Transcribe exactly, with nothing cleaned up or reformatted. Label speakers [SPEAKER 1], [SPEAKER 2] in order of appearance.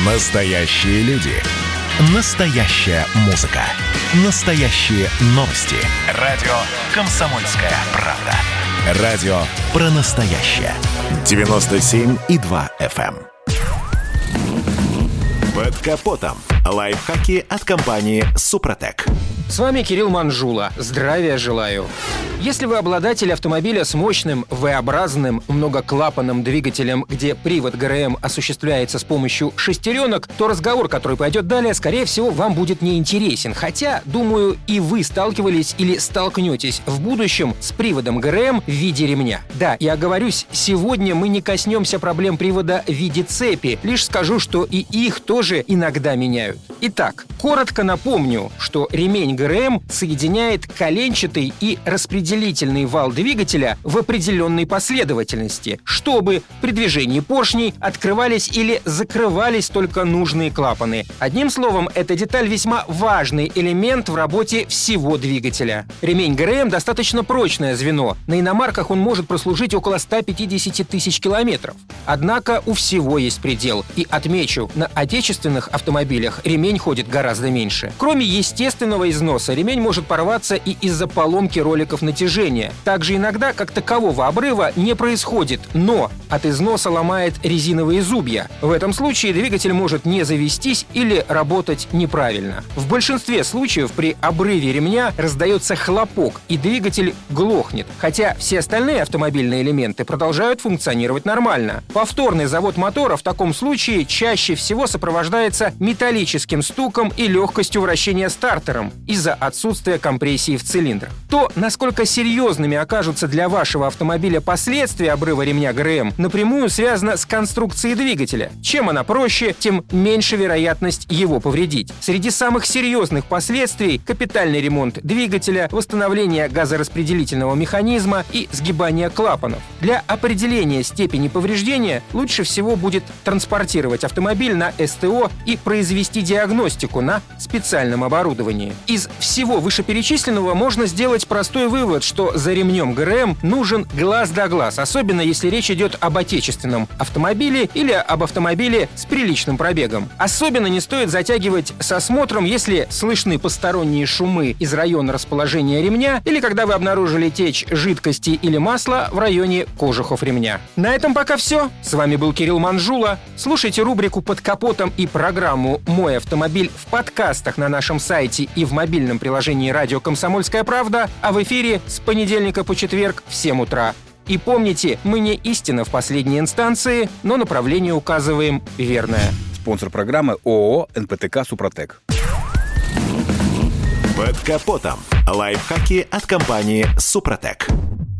[SPEAKER 1] Настоящие люди. Настоящая музыка. Настоящие новости. Радио «Комсомольская правда». Радио про настоящее. девяносто семь и два эф эм. Под капотом. Лайфхаки от компании «Супротек».
[SPEAKER 2] С вами Кирилл Манжула. Здравия желаю. Если вы обладатель автомобиля с мощным вэ-образным многоклапанным двигателем, где привод ГРМ осуществляется с помощью шестеренок, то разговор, который пойдет далее, скорее всего, вам будет неинтересен. Хотя, думаю, и вы сталкивались или столкнетесь в будущем с приводом ГРМ в виде ремня. Да, я оговорюсь, сегодня мы не коснемся проблем привода в виде цепи, лишь скажу, что и их тоже иногда меняют. Итак, коротко напомню, что ремень ГРМ соединяет коленчатый и распределительный вал двигателя в определенной последовательности, чтобы при движении поршней открывались или закрывались только нужные клапаны. Одним словом, эта деталь весьма важный элемент в работе всего двигателя. Ремень ГРМ достаточно прочное звено. На иномарках он может прослужить около ста пятидесяти тысяч километров. Однако у всего есть предел. И отмечу, на отечественных автомобилях ремень ходит гораздо меньше. Кроме естественного износа, ремень может порваться и из-за поломки роликов натяжения. Также иногда как такового обрыва не происходит, но от износа ломает резиновые зубья. В этом случае двигатель может не завестись или работать неправильно. В большинстве случаев при обрыве ремня раздается хлопок, и двигатель глохнет, хотя все остальные автомобильные элементы продолжают функционировать нормально. Повторный завод мотора в таком случае чаще всего сопровождается металлическим стуком и легкостью вращения стартером из-за отсутствия компрессии в цилиндрах. То, насколько серьезными окажутся для вашего автомобиля последствия обрыва ремня ГРМ, напрямую связано с конструкцией двигателя. Чем она проще, тем меньше вероятность его повредить. Среди самых серьезных последствий – капитальный ремонт двигателя, восстановление газораспределительного механизма и сгибание клапанов. Для определения степени повреждения лучше всего будет транспортировать автомобиль на эс тэ о и произвести диагностику на специальном оборудовании. Из всего вышеперечисленного можно сделать простой вывод, что за ремнем ГРМ нужен глаз да глаз, особенно если речь идет об отечественном автомобиле или об автомобиле с приличным пробегом. Особенно не стоит затягивать с осмотром, если слышны посторонние шумы из района расположения ремня или когда вы обнаружили течь жидкости или масла в районе кожухов ремня. На этом пока все. С вами был Кирилл Манжула. Слушайте рубрику «Под капотом» и программу «Мой автомобиль» в подкастах на нашем сайте и в мобильном приложении «Радио Комсомольская правда», а в эфире с понедельника по четверг в семь утра. И помните, мы не истина в последней инстанции, но направление указываем верное.
[SPEAKER 3] Спонсор программы ООО эн пэ тэ ка «Супротек».
[SPEAKER 1] Под капотом. Лайфхаки от компании «Супротек».